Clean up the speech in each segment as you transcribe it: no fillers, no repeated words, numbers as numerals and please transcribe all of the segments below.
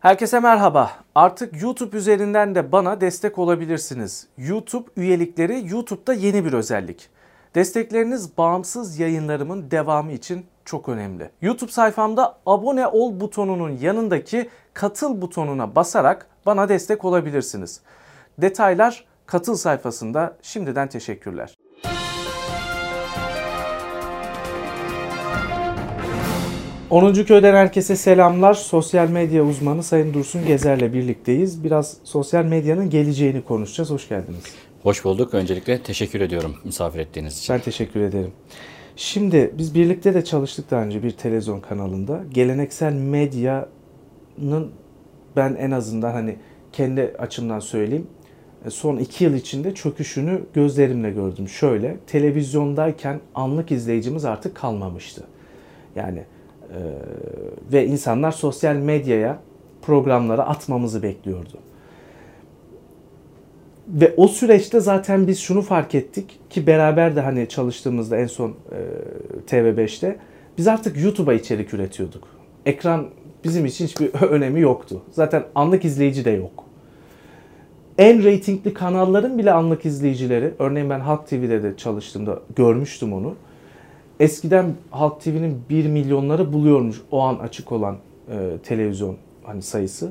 Herkese merhaba. Artık YouTube üzerinden de bana destek olabilirsiniz. YouTube üyelikleri YouTube'da yeni bir özellik. Destekleriniz bağımsız yayınlarımın devamı için çok önemli. YouTube sayfamda abone ol butonunun yanındaki katıl butonuna basarak bana destek olabilirsiniz. Detaylar katıl sayfasında. Şimdiden teşekkürler. 10. Köy'den herkese selamlar. Sosyal medya uzmanı Sayın Dursun Gezer'le birlikteyiz. Biraz sosyal medyanın geleceğini konuşacağız. Hoş geldiniz. Hoş bulduk. Öncelikle teşekkür ediyorum misafir ettiğiniz için. Ben teşekkür ederim. Şimdi biz birlikte de çalıştık daha önce bir televizyon kanalında. Geleneksel medyanın ben en azından kendi açımdan söyleyeyim. Son 2 yıl içinde çöküşünü gözlerimle gördüm. Şöyle, televizyondayken anlık izleyicimiz artık kalmamıştı. Yani ve insanlar sosyal medyaya programları atmamızı bekliyordu. Ve o süreçte zaten biz şunu fark ettik ki beraber de çalıştığımızda en son TV5'te biz artık YouTube'a içerik üretiyorduk. Ekran bizim için hiçbir önemi yoktu. Zaten anlık izleyici de yok. En reytingli kanalların bile anlık izleyicileri, örneğin ben Halk TV'de de çalıştığımda görmüştüm onu. Eskiden Halk TV'nin 1 milyonları buluyormuş o an açık olan televizyon sayısı.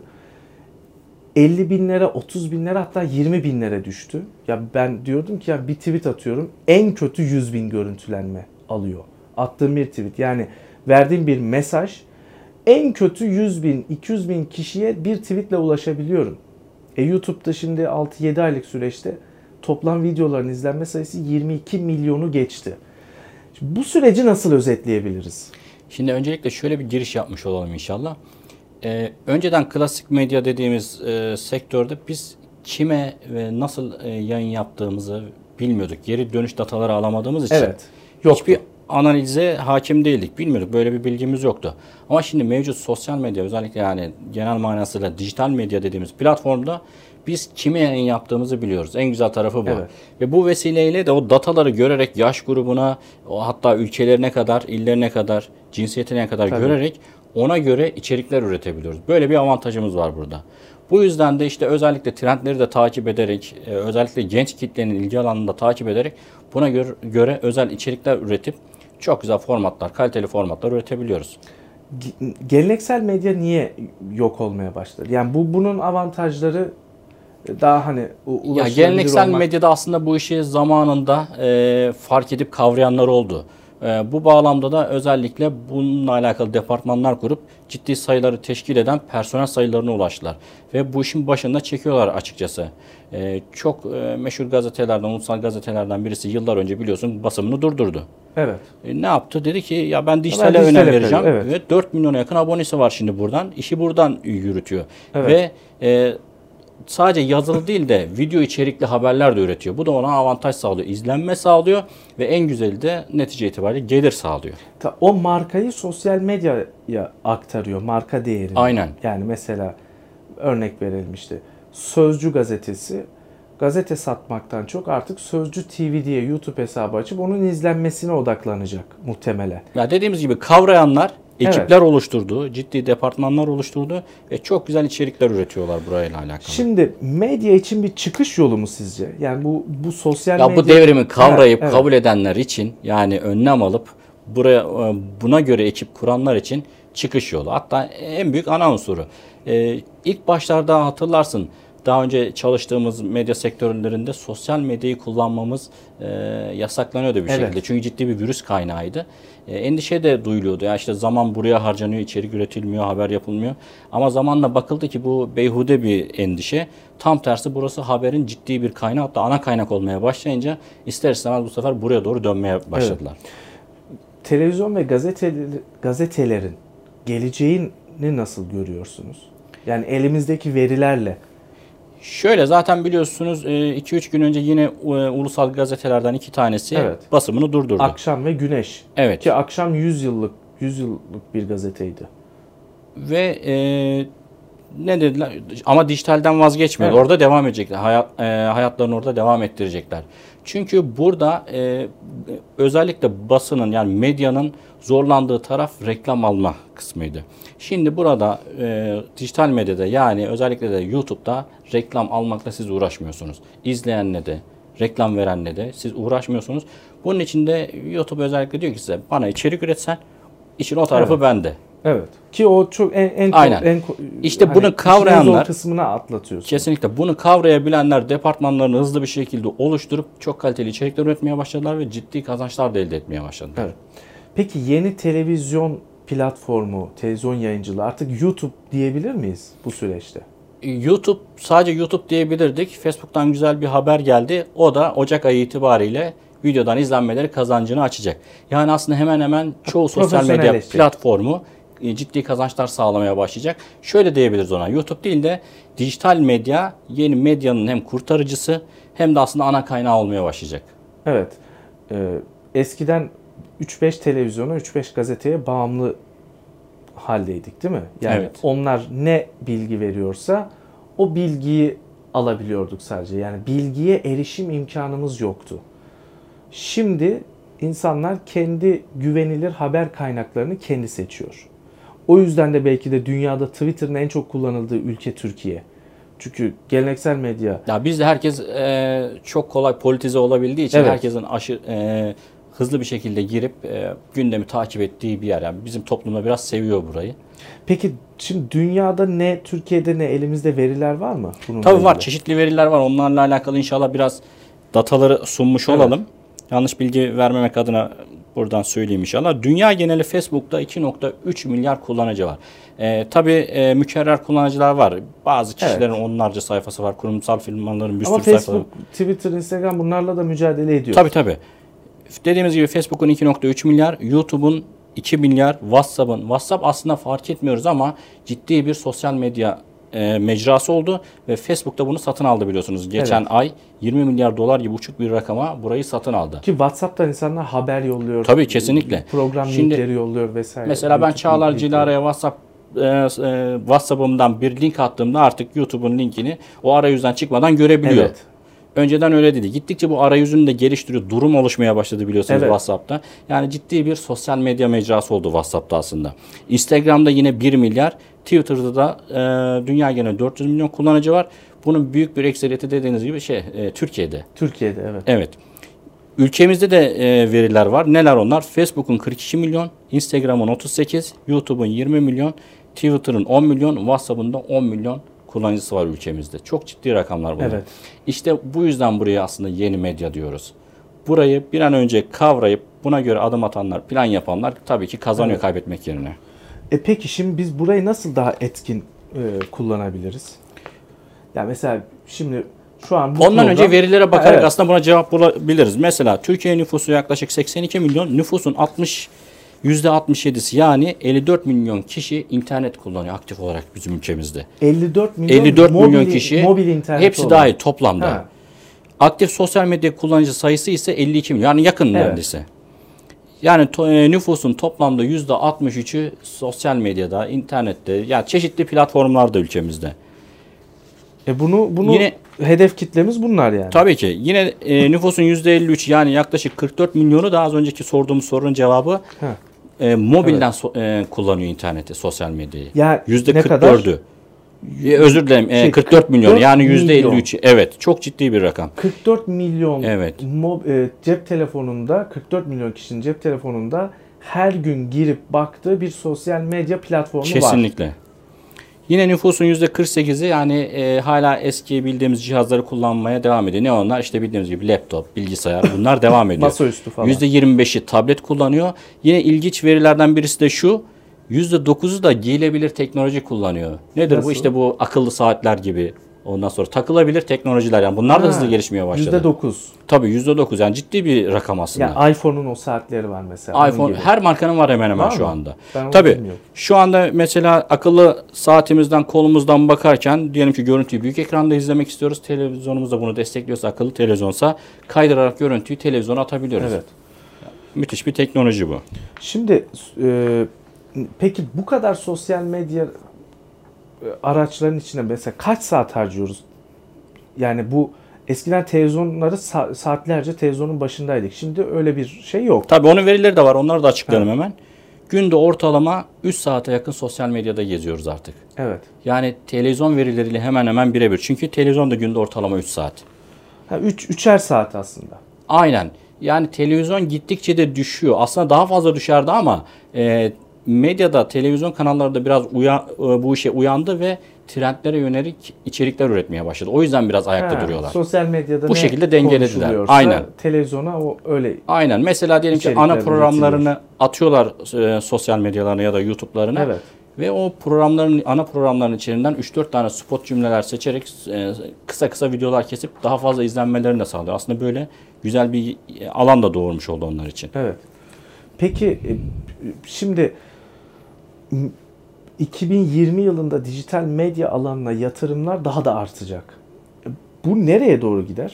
50 binlere, 30 binlere hatta 20 binlere düştü. Ya ben diyordum ki bir tweet atıyorum en kötü 100 bin görüntülenme alıyor. Attığım bir tweet, yani verdiğim bir mesaj en kötü 100 bin, 200 bin kişiye bir tweetle ulaşabiliyorum. YouTube'da şimdi 6-7 aylık süreçte toplam videoların izlenme sayısı 22 milyonu geçti. Şimdi bu süreci nasıl özetleyebiliriz? Şimdi öncelikle şöyle bir giriş yapmış olalım inşallah. Önceden klasik medya dediğimiz sektörde biz kime ve nasıl yayın yaptığımızı bilmiyorduk. Geri dönüş dataları alamadığımız için hiçbir analize hakim değildik. Bilmiyorduk. Böyle bir bilgimiz yoktu. Ama şimdi mevcut sosyal medya, özellikle genel manasıyla dijital medya dediğimiz platformda biz kime yayın yaptığımızı biliyoruz. En güzel tarafı bu. Evet. Ve bu vesileyle de o dataları görerek yaş grubuna, hatta ülkelerine kadar, illerine kadar, cinsiyetine kadar görerek ona göre içerikler üretebiliyoruz. Böyle bir avantajımız var burada. Bu yüzden de işte özellikle trendleri de takip ederek, özellikle genç kitlenin ilgi alanını da takip ederek buna göre özel içerikler üretip çok güzel formatlar, kaliteli formatlar üretebiliyoruz. Geleneksel medya niye yok olmaya başladı? Yani bunun avantajları daha ulaşılabilir geleneksel medyada aslında bu işi zamanında fark edip kavrayanlar oldu. Bu bağlamda da özellikle bununla alakalı departmanlar kurup ciddi sayıları teşkil eden personel sayılarına ulaştılar. Ve bu işin başında çekiyorlar açıkçası. Çok meşhur gazetelerden, ulusal gazetelerden birisi yıllar önce biliyorsun basımını durdurdu. Evet. Ne yaptı? Dedi ki ya ben dijitale önem vereceğim. Evet. Ve 4 milyona yakın abonesi var şimdi buradan. İşi buradan yürütüyor. Evet. Ve sadece yazılı değil de video içerikli haberler de üretiyor. Bu da ona avantaj sağlıyor. İzlenme sağlıyor ve en güzeli de netice itibariyle gelir sağlıyor. O markayı sosyal medyaya aktarıyor. Marka değerini. Aynen. Yani mesela örnek verelim işte. Sözcü gazetesi gazete satmaktan çok artık Sözcü TV diye YouTube hesabı açıp onun izlenmesine odaklanacak muhtemelen. Ya dediğimiz gibi kavrayanlar ekipler oluşturdu, ciddi departmanlar oluşturdu ve çok güzel içerikler üretiyorlar burayla alakalı. Şimdi medya için bir çıkış yolu mu sizce? Yani bu sosyal medya... Bu devrimi kavrayıp kabul edenler için, yani önlem alıp buna göre ekip kuranlar için çıkış yolu. Hatta en büyük ana unsuru. İlk başlarda hatırlarsın, daha önce çalıştığımız medya sektörlerinde sosyal medyayı kullanmamız yasaklanıyordu bir şekilde. Çünkü ciddi bir virüs kaynağıydı. Endişe de duyuluyordu. Ya işte zaman buraya harcanıyor, içerik üretilmiyor, haber yapılmıyor. Ama zamanla bakıldı ki bu beyhude bir endişe. Tam tersi, burası haberin ciddi bir kaynağı, hatta ana kaynak olmaya başlayınca ister istemez bu sefer buraya doğru dönmeye başladılar. Evet. Televizyon ve gazetelerin geleceğini nasıl görüyorsunuz? Yani elimizdeki verilerle. Şöyle, zaten biliyorsunuz 2-3 gün önce yine ulusal gazetelerden 2 tanesi basımını durdurdu. Akşam ve Güneş. Evet. Ki Akşam 100 yıllık bir gazeteydi. Ve ne dediler? Ama dijitalden vazgeçmiyor. Evet. Orada devam edecekler. Hayatlarını orada devam ettirecekler. Çünkü burada özellikle basının yani medyanın zorlandığı taraf reklam alma kısmıydı. Şimdi burada dijital medyada yani özellikle de YouTube'da reklam almakla siz uğraşmıyorsunuz. İzleyenle de reklam verenle de siz uğraşmıyorsunuz. Bunun için de YouTube özellikle diyor ki size bana içerik üretsen işin o tarafı bende. Evet. Ki o çok Aynen. İşte hani bunu kavrayanlar zor kısmına atlatıyorsun. kesinlikle bunu kavrayabilenler departmanlarını hızlı bir şekilde oluşturup çok kaliteli içerikler üretmeye başladılar ve ciddi kazançlar da elde etmeye başladılar. Evet. Peki yeni televizyon platformu, televizyon yayıncılığı artık YouTube diyebilir miyiz bu süreçte? YouTube, sadece YouTube diyebilirdik. Facebook'tan güzel bir haber geldi. O da Ocak ayı itibariyle videodan izlenmeleri kazancını açacak. Yani aslında hemen hemen çoğu sosyal medya platformu ciddi kazançlar sağlamaya başlayacak. Şöyle diyebiliriz ona. YouTube değil de dijital medya yeni medyanın hem kurtarıcısı hem de aslında ana kaynağı olmaya başlayacak. Evet. Eskiden 3-5 televizyona, 3-5 gazeteye bağımlı haldeydik değil mi? Yani evet. Onlar ne bilgi veriyorsa o bilgiyi alabiliyorduk sadece. Yani bilgiye erişim imkanımız yoktu. Şimdi insanlar kendi güvenilir haber kaynaklarını kendi seçiyor. O yüzden de belki de dünyada Twitter'ın en çok kullanıldığı ülke Türkiye. Çünkü geleneksel medya... Ya bizde herkes çok kolay politize olabildiği için herkesin hızlı bir şekilde girip gündemi takip ettiği bir yer. Yani bizim toplumda biraz seviyor burayı. Peki şimdi dünyada ne, Türkiye'de ne elimizde veriler var mı? Tabii var. Çeşitli veriler var. Onlarla alakalı inşallah biraz dataları sunmuş olalım. Yanlış bilgi vermemek adına buradan söyleyeyim inşallah. Dünya geneli Facebook'ta 2.3 milyar kullanıcı var. Tabii mükerrer kullanıcılar var. Bazı kişilerin onlarca sayfası var. Kurumsal firmaların bir sürü sayfaları var. Ama Facebook, Twitter, Instagram bunlarla da mücadele ediyor. Tabii. Dediğimiz gibi Facebook'un 2.3 milyar, YouTube'un 2 milyar, WhatsApp aslında fark etmiyoruz ama ciddi bir sosyal medya mecrası oldu ve Facebook'ta bunu satın aldı biliyorsunuz. Geçen ay 20 milyar dolar gibi uçuk bir rakama burayı satın aldı. Ki WhatsApp'tan insanlar haber yolluyor. Tabii kesinlikle. Program linkleri yolluyor vesaire. Mesela ben Çağlar Cilara'ya WhatsApp'ımdan bir link attığımda artık YouTube'un linkini o arayüzden çıkmadan görebiliyor. Evet. Önceden öyle değil. Gittikçe bu arayüzünü de geliştiriyor. Durum oluşmaya başladı biliyorsunuz WhatsApp'ta. Yani ciddi bir sosyal medya mecrası oldu WhatsApp'ta aslında. Instagram'da yine 1 milyar. Twitter'da da dünya genelinde 400 milyon kullanıcı var. Bunun büyük bir ekseriyeti dediğiniz gibi Türkiye'de. Türkiye'de evet. Evet. Ülkemizde de veriler var. Neler onlar? Facebook'un 42 milyon, Instagram'ın 38, YouTube'un 20 milyon, Twitter'ın 10 milyon, WhatsApp'ın da 10 milyon kullanıcısı var ülkemizde. Çok ciddi rakamlar bunlar. Evet. İşte bu yüzden buraya aslında yeni medya diyoruz. Burayı bir an önce kavrayıp buna göre adım atanlar, plan yapanlar tabii ki kazanıyor kaybetmek yerine. Peki şimdi biz burayı nasıl daha etkin kullanabiliriz? Ya mesela şimdi şu an ondan önce verilere bakarak aslında buna cevap bulabiliriz. Mesela Türkiye nüfusu yaklaşık 82 milyon. Nüfusun %67'si yani 54 milyon kişi internet kullanıyor aktif olarak bizim ülkemizde. 54 milyon kişi mobil internet hepsi dahil toplamda. Aktif sosyal medya kullanıcı sayısı ise 52 milyon. Yani yakın neredeyse. Yani nüfusun toplamda %63'ü sosyal medyada, internette, yani çeşitli platformlarda ülkemizde. Bunu yine hedef kitlemiz bunlar yani. Tabii ki. Yine nüfusun %53 yani yaklaşık 44 milyonu da az önceki sorduğumuz sorunun cevabı mobilden kullanıyor interneti, sosyal medyayı. Yani %44'ü. Özür dilerim. 44 milyon yani %53. Evet. Çok ciddi bir rakam. 44 milyon cep telefonunda 44 milyon kişinin cep telefonunda her gün girip baktığı bir sosyal medya platformu var. Kesinlikle. Yine nüfusun %48'i yani hala eski bildiğimiz cihazları kullanmaya devam ediyor. Ne onlar? İşte bildiğimiz gibi laptop, bilgisayar bunlar devam ediyor. Masaüstü falan. %25'i tablet kullanıyor. Yine ilginç verilerden birisi de şu. %9'u da giyilebilir teknoloji kullanıyor. Nedir bu? İşte bu akıllı saatler gibi. Ondan sonra takılabilir teknolojiler. Yani bunlar da hızlı gelişmeye başladı. %9. Tabii %9. Yani ciddi bir rakam aslında. Yani iPhone'un o saatleri var mesela. iPhone her markanın var hemen hemen şu anda. Tabii. Şu anda mesela akıllı saatimizden kolumuzdan bakarken diyelim ki görüntüyü büyük ekranda izlemek istiyoruz. Televizyonumuz da bunu destekliyorsa akıllı televizyonsa kaydırarak görüntüyü televizyona atabiliyoruz. Evet. Müthiş bir teknoloji bu. Şimdi peki bu kadar sosyal medya araçların içine mesela kaç saat harcıyoruz? Yani bu eskiden televizyonları saatlerce televizyonun başındaydık. Şimdi öyle bir şey yok. Tabii onun verileri de var. Onları da açıklayalım hemen. Günde ortalama 3 saate yakın sosyal medyada geziyoruz artık. Evet. Yani televizyon verileriyle hemen hemen birebir. Çünkü televizyon da günde ortalama 3 saat. Üçer saat aslında. Aynen. Yani televizyon gittikçe de düşüyor. Aslında daha fazla düşerdi ama medyada, televizyon kanalları da biraz bu işe uyandı ve trendlere yönelik içerikler üretmeye başladı. O yüzden biraz ayakta duruyorlar. Sosyal medyada bu şekilde dengelediler. Aynen. Televizyona o öyle. Aynen. Mesela diyelim ki ana programlarını atıyorlar sosyal medyalarına ya da YouTube'larına. Evet. Ve o ana programların içerisinden 3-4 tane spot cümleler seçerek kısa kısa videolar kesip daha fazla izlenmelerini de sağlıyor. Aslında böyle güzel bir alan da doğurmuş oldu onlar için. Evet. Peki şimdi 2020 yılında dijital medya alanına yatırımlar daha da artacak. Bu nereye doğru gider?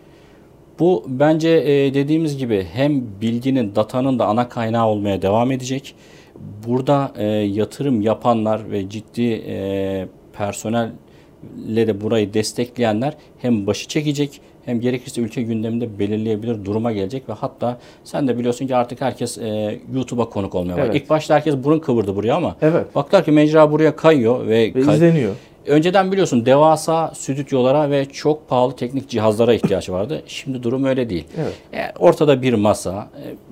Bu bence dediğimiz gibi hem bilginin, datanın da ana kaynağı olmaya devam edecek. Burada yatırım yapanlar ve ciddi personelle de burayı destekleyenler hem başı çekecek hem gerekirse ülke gündeminde belirleyebilir duruma gelecek ve hatta sen de biliyorsun ki artık herkes YouTube'a konuk olmaya başladı. Evet. İlk başta herkes burun kıvırdı buraya ama evet. baktılar ki mecra buraya kayıyor ve izleniyor. Önceden biliyorsun devasa stüdyolara ve çok pahalı teknik cihazlara ihtiyaç vardı. Şimdi durum öyle değil. Evet. Ortada bir masa,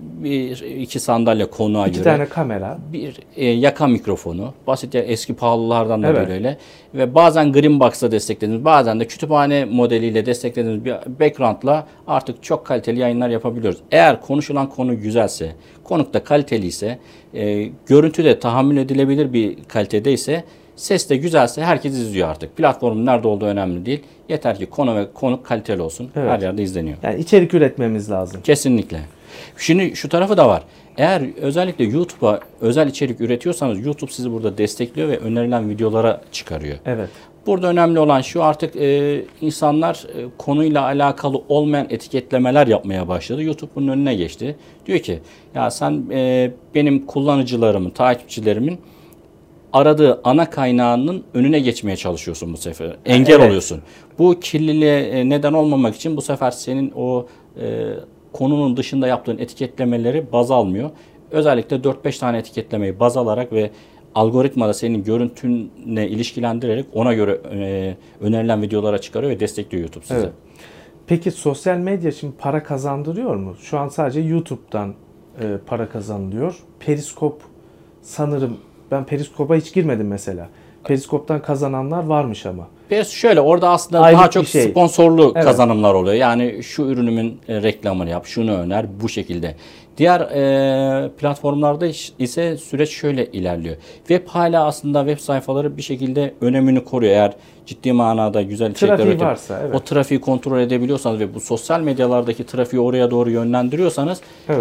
iki sandalye konuğa göre. 2 tane kamera. Bir yaka mikrofonu. Basit eski pahalılardan da evet. böyle. Ve bazen Greenbox'la desteklediğimiz, bazen de kütüphane modeliyle desteklediğimiz bir background'la artık çok kaliteli yayınlar yapabiliyoruz. Eğer konuşulan konu güzelse, konuk da kaliteliyse, görüntü de tahammül edilebilir bir kalitedeyse, ses de güzelse herkes izliyor artık. Platformun nerede olduğu önemli değil. Yeter ki konu ve konuk kaliteli olsun. Evet. Her yerde izleniyor. Yani içerik üretmemiz lazım. Kesinlikle. Şimdi şu tarafı da var. Eğer özellikle YouTube'a özel içerik üretiyorsanız YouTube sizi burada destekliyor ve önerilen videolara çıkarıyor. Evet. Burada önemli olan şu, artık insanlar konuyla alakalı olmayan etiketlemeler yapmaya başladı. YouTube bunun önüne geçti. Diyor ki ya sen benim kullanıcılarımın, takipçilerimin aradığı ana kaynağının önüne geçmeye çalışıyorsun bu sefer. Engel oluyorsun. Bu kirliliğe neden olmamak için bu sefer senin o konunun dışında yaptığın etiketlemeleri baz almıyor. Özellikle 4-5 tane etiketlemeyi baz alarak ve algoritmada senin görüntünle ilişkilendirerek ona göre önerilen videolara çıkarıyor ve destekliyor YouTube size. Evet. Peki sosyal medya şimdi para kazandırıyor mu? Şu an sadece YouTube'dan para kazanılıyor. Periskop sanırım, ben Periskop'a hiç girmedim mesela. Periskop'tan kazananlar varmış ama. Şöyle orada aslında aylık daha çok sponsorlu kazanımlar oluyor. Yani şu ürünümün reklamını yap, şunu öner, bu şekilde. Diğer platformlarda ise süreç şöyle ilerliyor. Web hala aslında web sayfaları bir şekilde önemini koruyor. Eğer ciddi manada güzel içerikler üretip o trafiği kontrol edebiliyorsanız ve bu sosyal medyalardaki trafiği oraya doğru yönlendiriyorsanız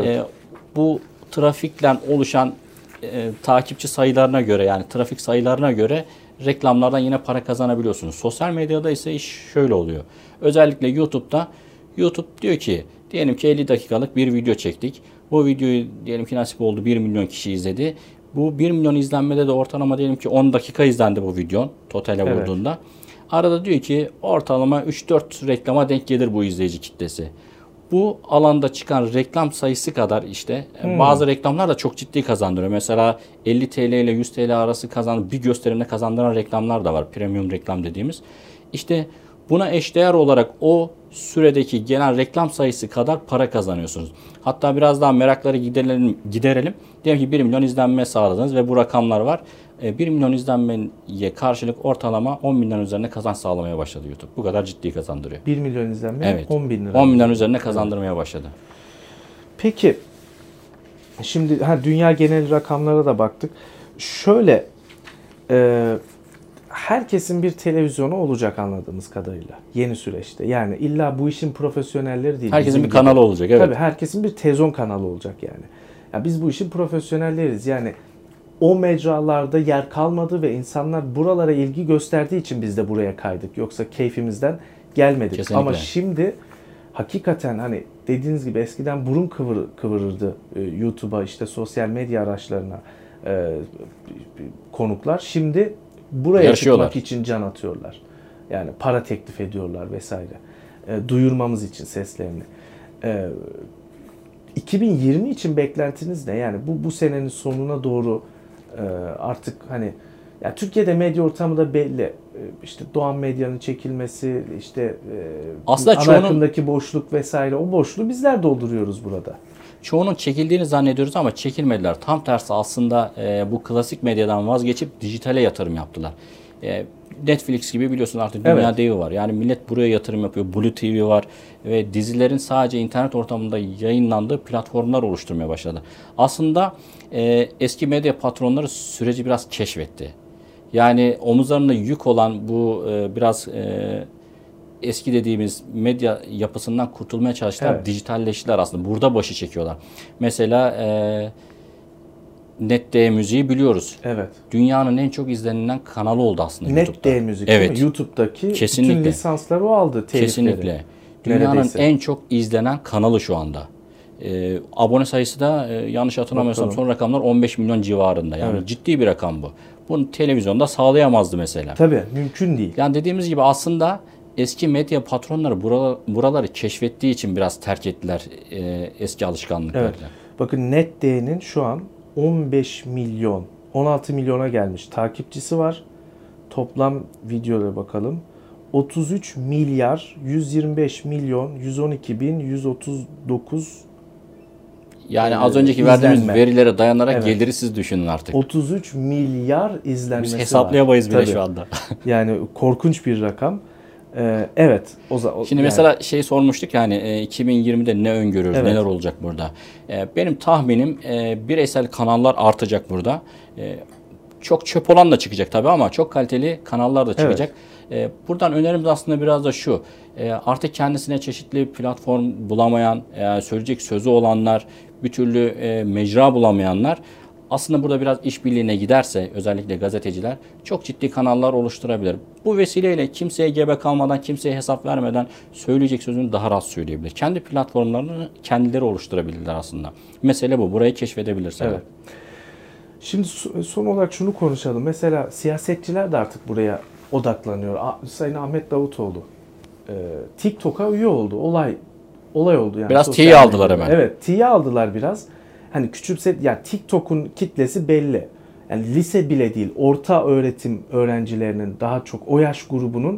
bu trafikle oluşan takipçi sayılarına göre, yani trafik sayılarına göre reklamlardan yine para kazanabiliyorsunuz. Sosyal medyada ise iş şöyle oluyor. Özellikle YouTube'da YouTube diyor ki diyelim ki 50 dakikalık bir video çektik. Bu videoyu diyelim ki nasip oldu 1 milyon kişi izledi. Bu 1 milyon izlenmede de ortalama diyelim ki 10 dakika izlendi bu videon totale vurduğunda. Arada diyor ki ortalama 3-4 reklama denk gelir bu izleyici kitlesi. Bu alanda çıkan reklam sayısı kadar işte bazı reklamlar da çok ciddi kazandırıyor. Mesela 50 TL ile 100 TL arası bir gösterimde kazandıran reklamlar da var. Premium reklam dediğimiz. İşte buna eşdeğer olarak o süredeki gelen reklam sayısı kadar para kazanıyorsunuz. Hatta biraz daha merakları giderelim. Diyelim ki 1 milyon izlenme sağladınız ve bu rakamlar var. 1 milyon izlenmeye karşılık ortalama 10 milyon üzerine kazanç sağlamaya başladı YouTube. Bu kadar ciddi kazandırıyor. 1 milyon izlenme 10 bin lira. 10 milyon üzerine kazandırmaya başladı. Peki şimdi dünya genel rakamlara da baktık. Şöyle herkesin bir televizyonu olacak anladığımız kadarıyla yeni süreçte. Yani illa bu işin profesyonelleri değil. Herkesin bir kanalı olacak. Evet. Tabii herkesin bir televizyon kanalı olacak yani. Ya biz bu işin profesyonelleriyiz. Yani o mecralarda yer kalmadı ve insanlar buralara ilgi gösterdiği için biz de buraya kaydık. Yoksa keyfimizden gelmedik. Kesinlikle. Ama şimdi hakikaten hani dediğiniz gibi eskiden burun kıvırırdı YouTube'a, işte sosyal medya araçlarına konuklar. Şimdi buraya çıkmak için can atıyorlar. Yani para teklif ediyorlar vesaire. duyurmamız için seslerini. 2020 için beklentiniz ne? Yani bu senenin sonuna doğru artık hani ya Türkiye'de medya ortamı da belli. İşte Doğan Medya'nın çekilmesi, işte aslında ana akımdaki boşluk vesaire, o boşluğu bizler dolduruyoruz burada. Çoğunun çekildiğini zannediyoruz ama çekilmediler. Tam tersi aslında bu klasik medyadan vazgeçip dijitale yatırım yaptılar. Netflix gibi biliyorsun artık dünya Evet. devi var. Yani millet buraya yatırım yapıyor. Blue TV var ve dizilerin sadece internet ortamında yayınlandığı platformlar oluşturmaya başladı. Aslında eski medya patronları süreci biraz keşfetti. Yani omuzlarında yük olan bu biraz eski dediğimiz medya yapısından kurtulmaya çalıştılar. Evet. Dijitalleştiler aslında. Burada başı çekiyorlar. Mesela NetD Müziği biliyoruz. Evet. Dünyanın en çok izlenilen kanalı oldu aslında YouTube'da. NetD Müzik Evet. değil mi? YouTube'daki Kesinlikle. bütün lisansları o aldı, telifleri. Kesinlikle. Dünyanın Neredeyse. en çok izlenen kanalı şu anda. Abone sayısı da yanlış hatırlamıyorsam Bakalım. son rakamlar 15 milyon civarında. Yani Evet. ciddi bir rakam bu. Bunu televizyonda sağlayamazdı mesela. Tabii mümkün değil. Yani dediğimiz gibi aslında eski medya patronları buraları keşfettiği için biraz terk ettiler eski alışkanlıklarını. Evet. Bakın NetD'nin şu an 15 milyon, 16 milyona gelmiş takipçisi var. Toplam videolara bakalım. 33 milyar 125 milyon 112 bin 139 Yani az önceki verdiğimiz izlenme. verilere dayanarak Evet. geliri siz düşünün artık. 33 milyar izlenmesi Biz var. hesaplayamayız bile Tabii. şu anda. Yani korkunç bir rakam. Evet. Şimdi yani, mesela şey sormuştuk yani 2020'de ne öngörüyoruz, Evet. neler olacak burada? Benim tahminim bireysel kanallar artacak burada. Çok çöp olan da çıkacak tabii ama çok kaliteli kanallar da çıkacak. Buradan önerimiz aslında biraz da şu. Artık kendisine çeşitli platform bulamayan, söyleyecek sözü olanlar, bir türlü mecra bulamayanlar aslında burada biraz işbirliğine giderse özellikle gazeteciler çok ciddi kanallar oluşturabilir. Bu vesileyle kimseye gebe kalmadan, kimseye hesap vermeden söyleyecek sözünü daha rahat söyleyebilir. Kendi platformlarını kendileri oluşturabilirler aslında. Mesele bu. Burayı keşfedebilirler. Evet. Şimdi son olarak şunu konuşalım. Mesela siyasetçiler de artık buraya odaklanıyor. Sayın Ahmet Davutoğlu TikTok'a üye oldu. Olay oldu yani. Biraz sosyal tiye aldılar medyada. hemen. Evet, tiye aldılar biraz. Hani yani TikTok'un kitlesi belli. Yani lise bile değil, orta öğretim öğrencilerinin daha çok o yaş grubunun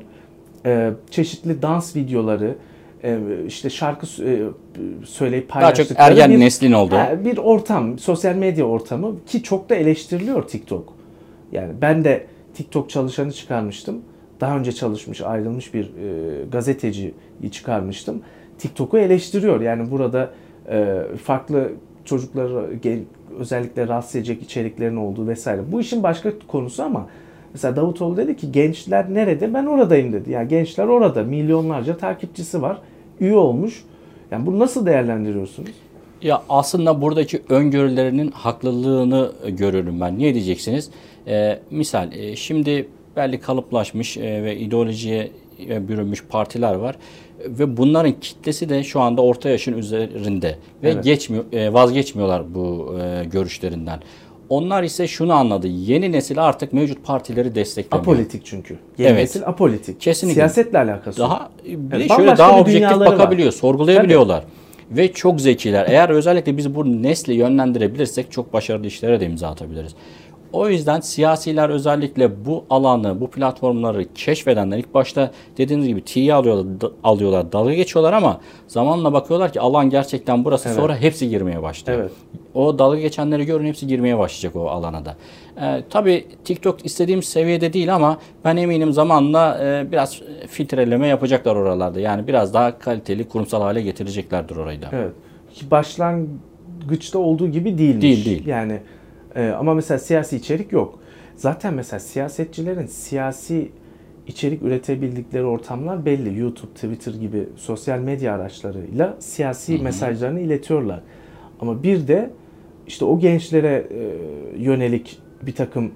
çeşitli dans videoları, işte şarkı söyleyip Daha paylaştıkları çok ergen neslin olduğu. bir ortam, sosyal medya ortamı ki çok da eleştiriliyor TikTok. Yani ben de TikTok çalışanı çıkarmıştım. Daha önce çalışmış, ayrılmış bir gazeteciyi çıkarmıştım. TikTok'u eleştiriyor. Yani burada farklı çocukları özellikle rahatsız edecek içeriklerin olduğu vesaire. Bu işin başka konusu ama mesela Davutoğlu dedi ki gençler nerede? Ben oradayım dedi. Yani gençler orada. Milyonlarca takipçisi var. Üye olmuş. Yani bunu nasıl değerlendiriyorsunuz? Ya aslında buradaki öngörülerinin haklılığını görüyorum ben. Niye diyeceksiniz? Misal şimdi belli kalıplaşmış ve ideolojiye bürünmüş partiler var. Ve bunların kitlesi de şu anda orta yaşın üzerinde. Ve Evet. vazgeçmiyorlar bu görüşlerinden. Onlar ise şunu anladı. Yeni nesil artık mevcut partileri desteklemiyor. Apolitik çünkü. Yeni Evet. nesil apolitik. Kesinlikle. Siyasetle alakası yok. Daha bir de Evet, şöyle bambaşka daha bir objektif dünyaları var. bakabiliyor, sorgulayabiliyorlar. Ve çok zekiler. Eğer özellikle biz bu nesli yönlendirebilirsek çok başarılı işlere de imza atabiliriz. O yüzden siyasiler özellikle bu alanı, bu platformları keşfedenler ilk başta dediğiniz gibi T'yi alıyorlar, dalga geçiyorlar ama zamanla bakıyorlar ki alan gerçekten burası. Evet. Sonra hepsi girmeye başlıyor. Evet. O dalga geçenleri görün hepsi girmeye başlayacak o alana da. Tabii TikTok istediğimiz seviyede değil ama ben eminim zamanla biraz filtreleme yapacaklar oralarda. Yani biraz daha kaliteli, kurumsal hale getireceklerdir orayı da. Evet. Ki başlangıçta olduğu gibi değilmiş. Değil. Yani ama mesela siyasi içerik yok. Zaten mesela siyasetçilerin siyasi içerik üretebildikleri ortamlar belli. YouTube, Twitter gibi sosyal medya araçlarıyla siyasi mesajlarını iletiyorlar. Ama bir de işte o gençlere yönelik bir takım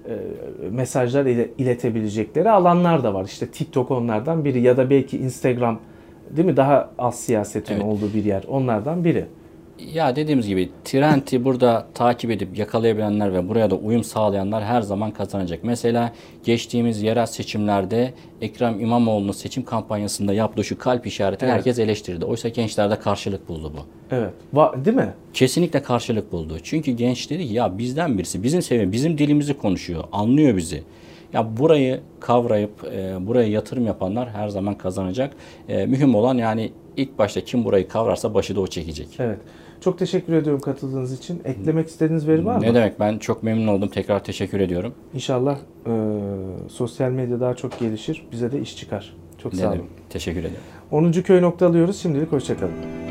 mesajlar iletebilecekleri alanlar da var. İşte TikTok onlardan biri ya da belki Instagram, değil mi? Daha az siyasetin Evet. olduğu bir yer. Onlardan biri. Ya dediğimiz gibi trendi burada takip edip yakalayabilenler ve buraya da uyum sağlayanlar her zaman kazanacak. Mesela geçtiğimiz yerel seçimlerde Ekrem İmamoğlu'nun seçim kampanyasında yaptığı şu kalp işareti Evet. herkes eleştirdi. Oysa gençlerde karşılık buldu bu. Evet. Değil mi? Kesinlikle karşılık buldu. Çünkü genç dedi ki ya bizden birisi bizim seviye, bizim dilimizi konuşuyor, anlıyor bizi. Ya burayı kavrayıp buraya yatırım yapanlar her zaman kazanacak. Mühim olan yani ilk başta kim burayı kavrarsa başı da o çekecek. Evet. Çok teşekkür ediyorum katıldığınız için. Eklemek istediğiniz veri var mı? Ne demek, ben çok memnun oldum. Tekrar teşekkür ediyorum. İnşallah sosyal medya daha çok gelişir. Bize de iş çıkar. Çok Ne sağ olun. demek, teşekkür ederim. 10. köy nokta alıyoruz. Şimdilik hoşçakalın.